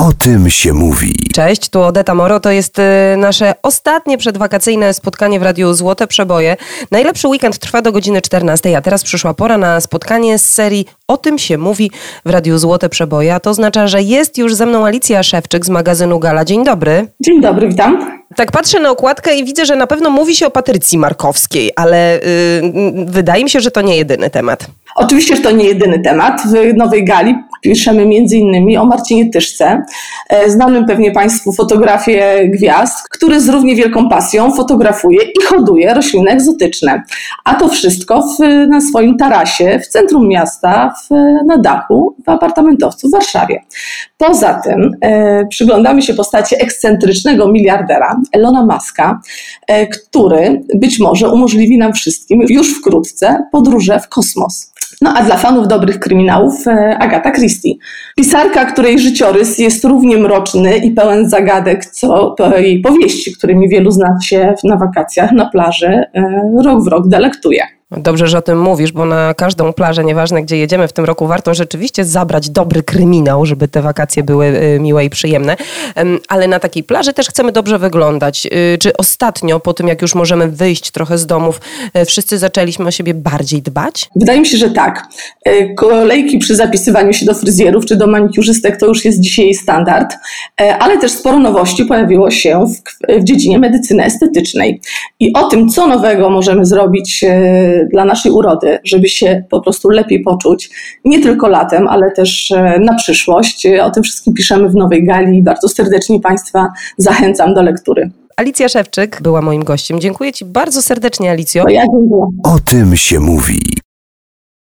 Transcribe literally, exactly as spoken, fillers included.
O tym się mówi. Cześć, tu Odeta Moro. To jest nasze ostatnie przedwakacyjne spotkanie w Radiu Złote Przeboje. Najlepszy weekend trwa do godziny czternastej, a teraz przyszła pora na spotkanie z serii O tym się mówi w Radiu Złote Przeboje. A to oznacza, że jest już ze mną Alicja Szewczyk z magazynu Gala. Dzień dobry. Dzień dobry, witam. Tak patrzę na okładkę i widzę, że na pewno mówi się o Patrycji Markowskiej, ale yy, wydaje mi się, że to nie jedyny temat. Oczywiście, że to nie jedyny temat. W Nowej Gali piszemy między innymi o Marcinie Tyszce, znanym pewnie Państwu fotografie gwiazd, który z równie wielką pasją fotografuje i hoduje rośliny egzotyczne. A to wszystko w, na swoim tarasie w centrum miasta, w, na dachu w apartamentowcu w Warszawie. Poza tym e, przyglądamy się postaci ekscentrycznego miliardera Elona Muska, e, który być może umożliwi nam wszystkim już wkrótce podróże w kosmos. No a dla fanów dobrych kryminałów Agata Christie. Pisarka, której życiorys jest równie mroczny i pełen zagadek, co jej powieści, którymi wielu z nas się na wakacjach na plaży rok w rok delektuje. Dobrze, że o tym mówisz, bo na każdą plażę, nieważne gdzie jedziemy w tym roku, warto rzeczywiście zabrać dobry kryminał, żeby te wakacje były miłe i przyjemne. Ale na takiej plaży też chcemy dobrze wyglądać. Czy ostatnio, po tym jak już możemy wyjść trochę z domów, wszyscy zaczęliśmy o siebie bardziej dbać? Wydaje mi się, że tak. Kolejki przy zapisywaniu się do fryzjerów czy do manikiurzystek to już jest dzisiaj standard, ale też sporo nowości pojawiło się w, w dziedzinie medycyny estetycznej. I o tym, co nowego możemy zrobić dla naszej urody, żeby się po prostu lepiej poczuć, nie tylko latem, ale też na przyszłość. O tym wszystkim piszemy w Nowej Gali i bardzo serdecznie Państwa zachęcam do lektury. Alicja Szewczyk była moim gościem. Dziękuję Ci bardzo serdecznie, Alicjo. To ja dziękuję. O tym się mówi.